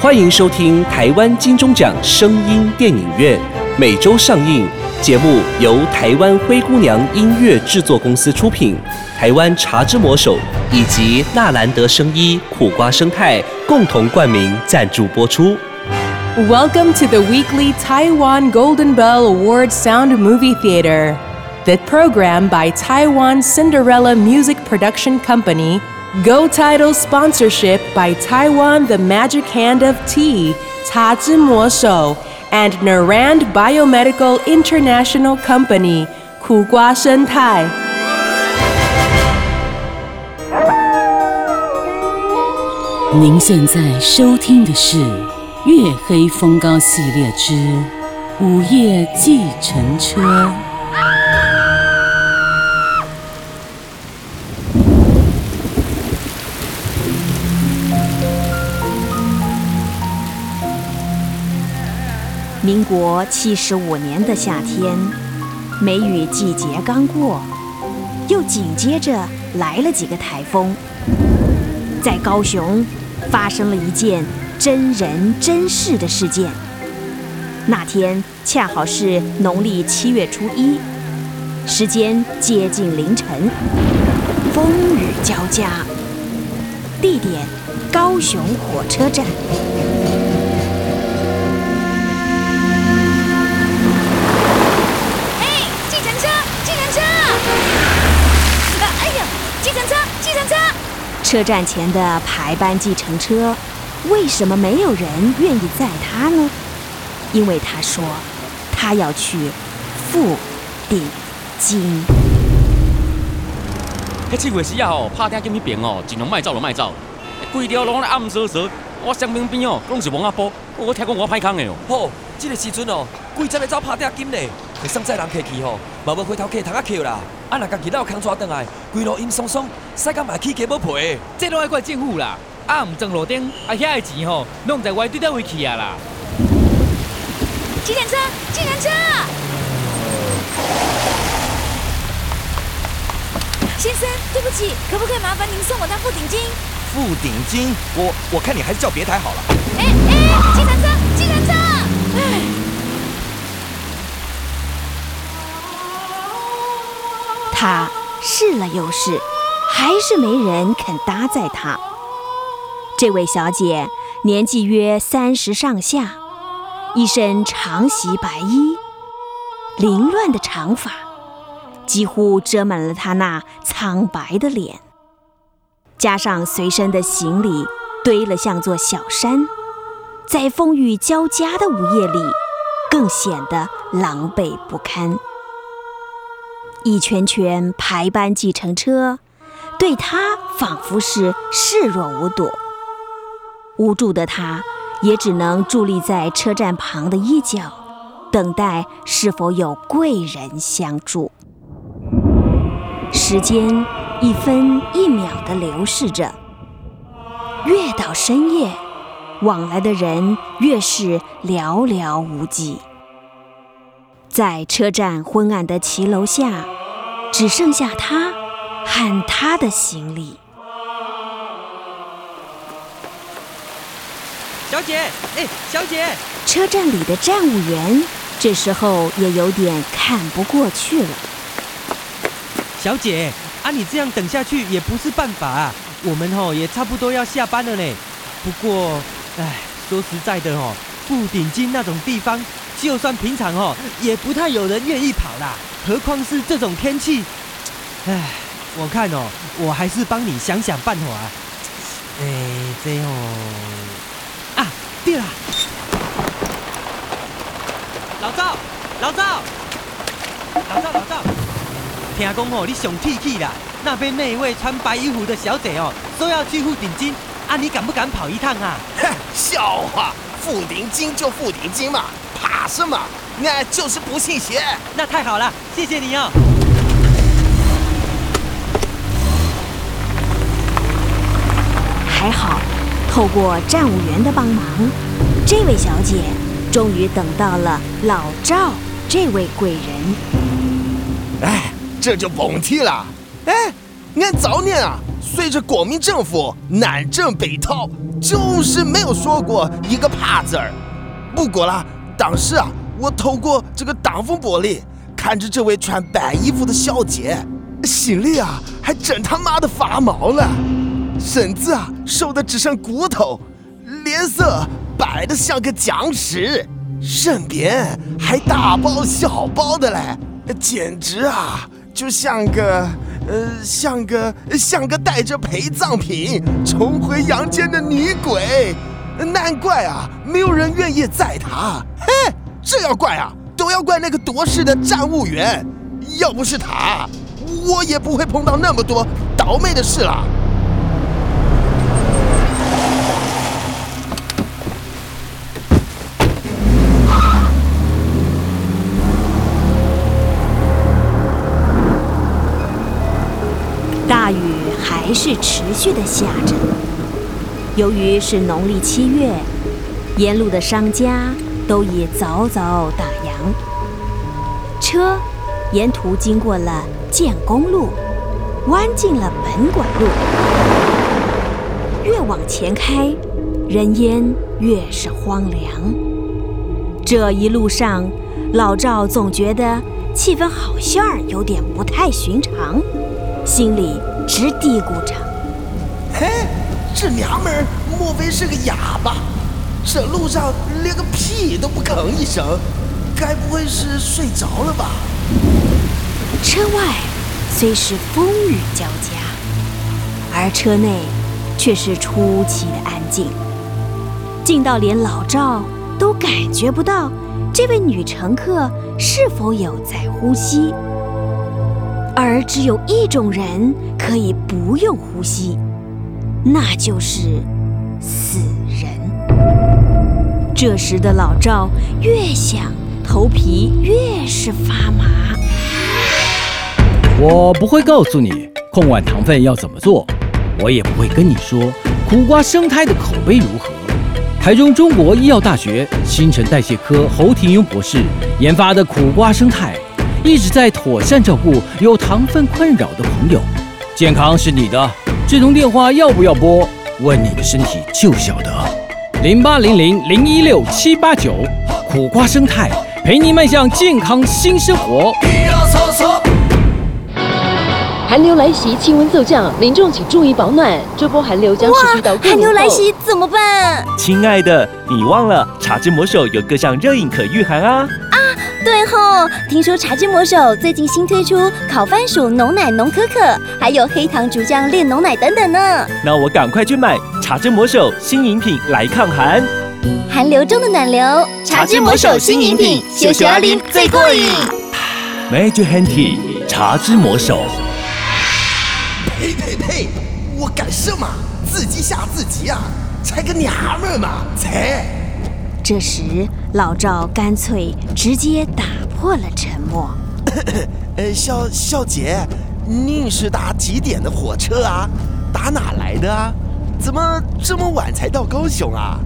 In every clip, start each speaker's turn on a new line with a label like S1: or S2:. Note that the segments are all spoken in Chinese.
S1: 欢迎收听台湾金钟奖声音电影院，每周上映。节目由台湾灰姑娘音乐制作公司出品，台湾茶之魔手以及纳兰德生医苦瓜生态共同冠名赞助播出。
S2: Welcome to the weekly Taiwan Golden Bell Award Sound Movie Theater. The program by Taiwan Cinderella Music Production Company, Go Title sponsorship by Taiwan The Magic Hand of Tea, 茶之魔手 and Naran Biomedical International Company, 苦瓜生态。
S3: 您现在收听的是《月黑风高》系列之《午夜计程车》。
S4: 民国75年的夏天，梅雨季节刚过，又紧接着来了几个台风。在高雄发生了一件真人真事的事件。那天恰好是农历7月初1，时间接近凌晨，风雨交加。地点：高雄火车站。车站前的排班计程车，为什么没有人愿意载他呢？因为他说他要去富鼎金。
S5: 7月4号拍鼎金那边哦，尽量卖走就卖走。规条路咧暗索索，我身边边哦，拢是王阿婆，我听讲我歹康的哦。
S6: 好，这个时阵哦，规则的走拍鼎金咧，会送载人客去吼，嘛无回头客通啊扣啦。啊，若家己老空带转来，规路阴松松，驶到嘛起价要赔。
S7: 这拢爱怪政府啦！啊，唔装路顶，啊遐个钱吼，拢在歪对倒位去啊啦！
S4: 计程车，计程车！先生，对不起，可不可以麻烦您送我到富鼎金？
S6: 富鼎金，我看你还是叫别台好了。
S4: 计程车，计程车！他试了又试，还是没人肯搭载他。这位小姐年纪约30上下，一身长席白衣，凌乱的长发几乎遮满了她那苍白的脸，加上随身的行李堆了像座小山，在风雨交加的午夜里，更显得狼狈不堪。一圈圈排班计程车对他仿佛是视若无睹，无助的他也只能伫立在车站旁的一角，等待是否有贵人相助。时间一分一秒地流逝着，越到深夜，往来的人越是寥寥无几。在车站昏暗的骑楼下，只剩下他和他的行李。
S7: 小姐，小姐！
S4: 车站里的站务员这时候也有点看不过去了。
S8: 小姐，啊，你这样等下去也不是办法啊。我们也差不多要下班了呢。不过，说实在的富鼎金那种地方，就算平常也不太有人愿意跑啦，何况是这种天气。我看我还是帮你想想办法啊。这啊，对啦，老赵，听讲你上铁气啦，那边那一位穿白衣服的小姐说要去富鼎金，啊，你敢不敢跑一趟啊？
S9: 笑话，富鼎金就富鼎金嘛，怕什么？那就是不信邪。
S8: 那太好了，谢谢你哦。
S4: 还好，透过站务员的帮忙，这位小姐终于等到了老赵这位贵人。
S9: 这就甭提了。俺早年啊， 随着国民政府南征北讨，就是没有说过一个怕字儿。不过啦，当时啊，我透过这个挡风玻璃看着这位穿白衣服的小姐，心里啊还真他妈的发毛了，身子啊瘦得只剩骨头，脸色白得像个僵尸，身边还大包小包的嘞，简直啊就像个带着陪葬品重回阳间的女鬼。难怪啊没有人愿意载她。嘿，这要怪啊都要怪那个夺事的站务员，要不是他，我也不会碰到那么多倒霉的事了。
S4: 大雨还是持续的下着。由于是农历7月，沿路的商家都已早早打烊，车沿途经过了建工路，弯进了本馆路。越往前开，人烟越是荒凉。这一路上，老赵总觉得气氛好像有点不太寻常，心里直嘀咕着：
S9: 嘿，这娘们儿莫非是个哑巴？这路上连个屁都不吭一声，该不会是睡着了吧？
S4: 车外虽是风雨交加，而车内却是出奇的安静，静到连老赵都感觉不到这位女乘客是否有在呼吸。而只有一种人可以不用呼吸，那就是死人。这时的老赵越想，头皮越是发麻。
S7: 我不会告诉你控管糖分要怎么做，我也不会跟你说苦瓜生态的口碑如何。台中中国医药大学新陈代谢科侯廷庸博士研发的苦瓜生态，一直在妥善照顾有糖分困扰的朋友。健康是你的，这通电话要不要拨？问你的身体就晓得。0800016789，苦瓜生态陪你迈向健康新生活。
S10: 寒流来袭，气温骤降，民众请注意保暖。这波寒流将持续到过年后。
S4: 寒流来袭怎么办？
S1: 亲爱的，你忘了茶之魔手有各项热饮可御寒啊！
S11: 对吼，听说茶之魔手最近新推出烤番薯浓奶浓可可，还有黑糖竹浆炼浓奶等等呢。
S1: 那我赶快去买茶之魔手新饮品来抗寒。
S11: 寒流中的暖流，茶之魔手新饮品，秀秀而淋最过瘾。
S1: Magic Handy 茶之魔手。
S9: 呸！我干什么？自己吓自己啊！才个娘们儿嘛，才！
S4: 这时，老赵干脆直接打破了沉默。
S9: 小姐，您是搭几点的火车啊？打哪来的啊？怎么这么晚才到高雄啊？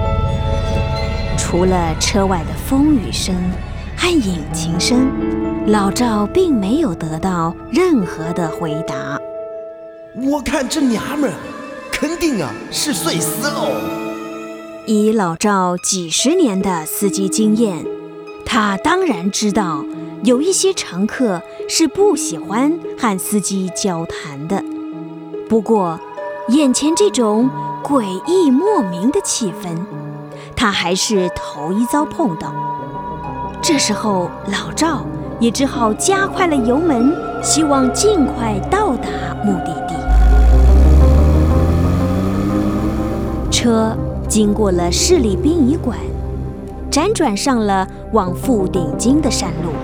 S4: 除了车外的风雨声和引擎声，老赵并没有得到任何的回答。
S9: 我看这娘们儿肯定啊是睡死喽。
S4: 以老赵几十年的司机经验，他当然知道有一些乘客是不喜欢和司机交谈的。不过，眼前这种诡异莫名的气氛，他还是头一遭碰到。这时候，老赵也只好加快了油门，希望尽快到达目的地。车经过了市立殡仪馆，辗转上了往富鼎金的山路。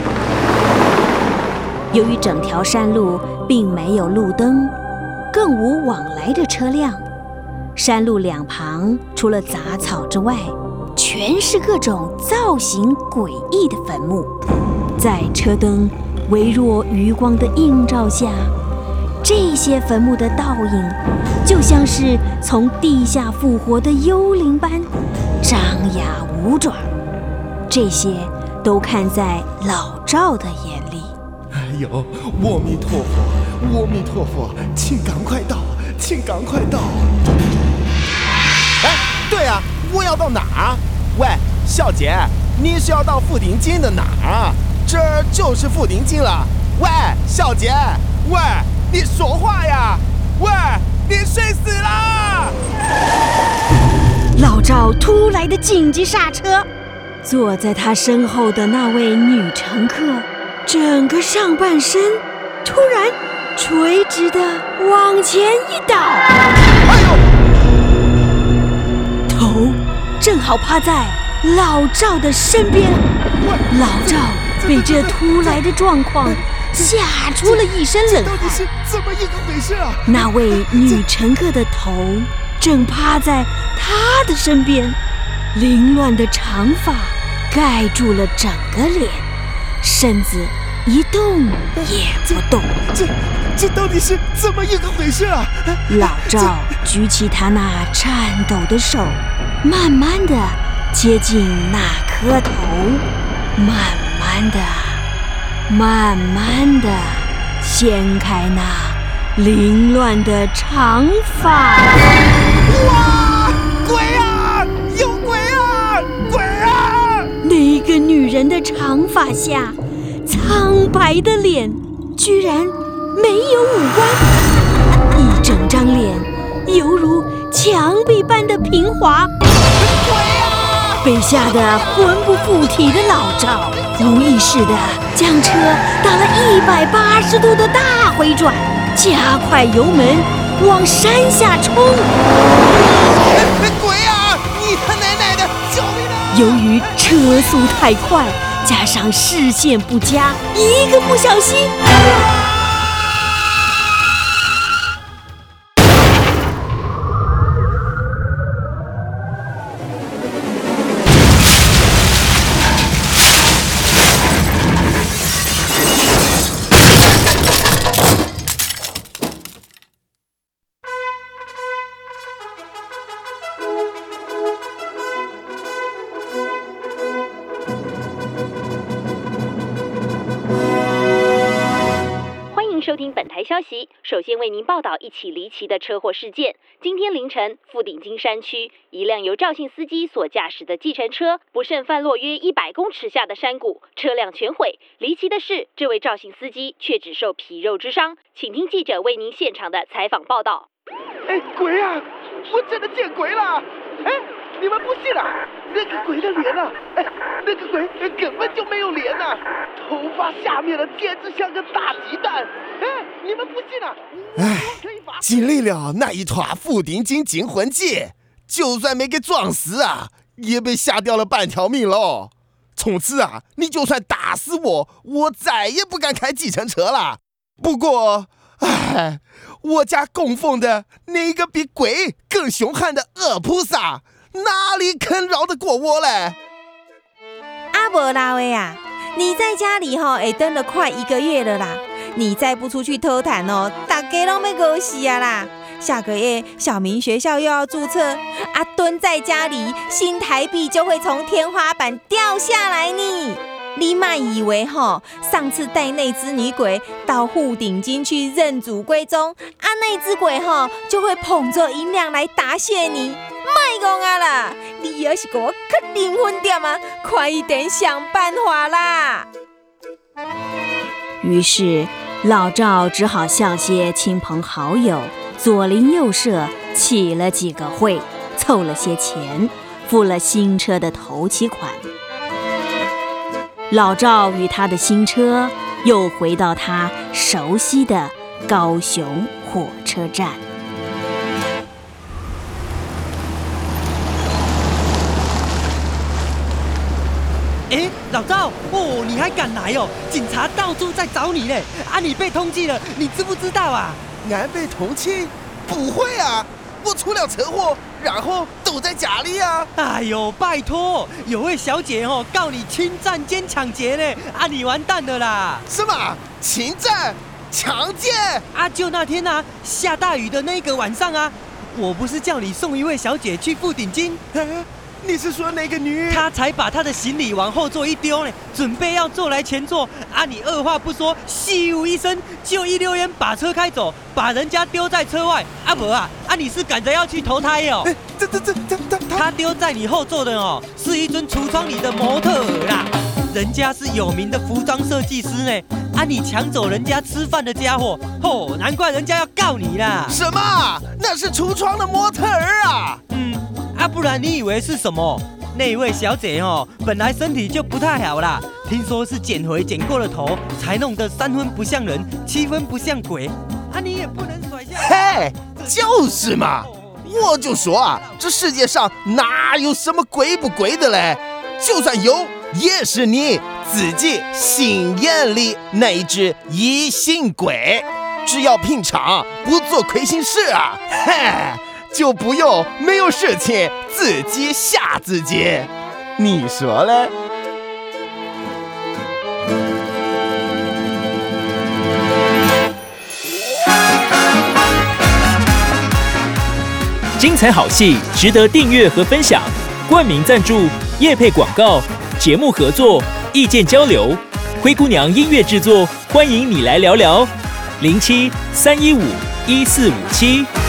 S4: 由于整条山路并没有路灯，更无往来的车辆，山路两旁除了杂草之外，全是各种造型诡异的坟墓。在车灯微弱余光的映照下，这些坟墓的倒影就像是从地下复活的幽灵般张牙舞爪，这些都看在老赵的眼里。
S9: 哎呦，阿弥陀佛， 阿弥陀佛，请赶快到，请赶快到！哎，对啊，我要到哪儿？喂，小姐，你是要到富鼎金的哪儿啊？这儿就是富鼎金了。喂，小姐，喂，你说话呀！喂，你睡死了！
S4: 老赵突来的紧急刹车，坐在他身后的那位女乘客，整个上半身突然垂直的往前一倒，
S9: 哎呦，
S4: 头正好趴在老赵的身边。老赵被这突来的状况吓出了一身冷汗。
S9: 是怎么一个回事啊？
S4: 那位女乘客的头正趴在他的身边，凌乱的长发盖住了整个脸，身子一动也不动。
S9: 这到底是怎么一个回事啊？
S4: 老赵举起他那颤抖的手，慢慢的接近那颗头，慢慢的掀开那凌乱的长发。
S9: 哇！鬼啊！有鬼啊！鬼啊！
S4: 那个女人的长发下，苍白的脸居然没有五官，一整张脸犹如墙壁般的平滑。
S9: 鬼啊！
S4: 被吓得魂不附体的老赵无意识地将车打了180度的大回转，加快油门往山下冲。
S9: 鬼啊！你他奶奶的，救命啊！
S4: 由于车速太快，加上视线不佳，一个不小心，
S12: 收听本台消息，首先为您报道一起离奇的车祸事件。今天凌晨，富鼎金山区一辆由赵姓司机所驾驶的计程车不慎翻落约100公尺下的山谷，车辆全毁。离奇的是，这位赵姓司机却只受皮肉之伤。请听记者为您现场的采访报道。
S9: 哎，鬼啊！我真的见鬼了！哎，你们不信啊？那个鬼的脸啊，哎，那个鬼根本就没有脸啊，头发下面的简直像个大鸡蛋！哎，你们不信啊？
S7: 哎，经历了那一团富鼎金惊魂记，就算没给撞死啊，也被吓掉了半条命喽。从此啊，你就算打死我，我再也不敢开计程车了。不过，哎，我家供奉的那个比鬼更凶悍的恶菩萨，哪里肯饶得过我嘞？
S13: 阿伯拉威啊，你在家里也蹲了快1个月了啦，你再不出去偷谈大家都要饿死啊啦！下个月小明学校又要注册，蹲在家里，新台币就会从天花板掉下来呢。你莫以为上次带那只女鬼到富鼎金去认祖归宗，那只鬼就会捧着银两来答谢你。莫讲啊啦，你要是给我去灵魂点啊，快一点想办法啦！
S4: 于是老赵只好向些亲朋好友左邻右舍起了几个会，凑了些钱，付了新车的头期款。老赵与他的新车又回到他熟悉的高雄火车站。
S8: 哎，老赵哦，你还敢来哦？警察到处在找你嘞！你被通缉了，你知不知道啊？
S7: 俺被通缉？不会啊，我出了车祸，然后都在家里啊。
S8: 哎呦，拜托，有位小姐告你侵占兼抢劫呢，你完蛋了啦！
S7: 什么侵占、抢劫？
S8: 就那天下大雨的那个晚上我不是叫你送一位小姐去富鼎金？
S9: 你是说那个女？
S8: 他才把他的行李往后座一丢呢，准备要坐来前座。啊，你二话不说，咻一声就一溜烟把车开走，把人家丢在车外。啊不啊，你是赶着要去投胎哦？他丢在你后座的哦，是一尊橱窗里的模特儿啦，人家是有名的服装设计师呢。啊，你抢走人家吃饭的家伙，吼，难怪人家要告你啦。
S9: 什么？那是橱窗的模特儿啊！
S8: 不然你以为是什么？那一位小姐本来身体就不太好啦，听说是减肥减过了头，才弄得3分不像人，7分不像鬼。你也不能甩下。
S9: 嘿，就是嘛，我就说啊，这世界上哪有什么鬼不鬼的嘞？就算有，也是你自己心眼里那一只疑心鬼。只要平常不做亏心事啊，嘿，就不用没有事情自己吓自己，你说嘞？
S14: 精彩好戏值得订阅和分享，冠名赞助、业配广告、节目合作、意见交流，灰姑娘音乐制作，欢迎你来聊聊。07-315-1457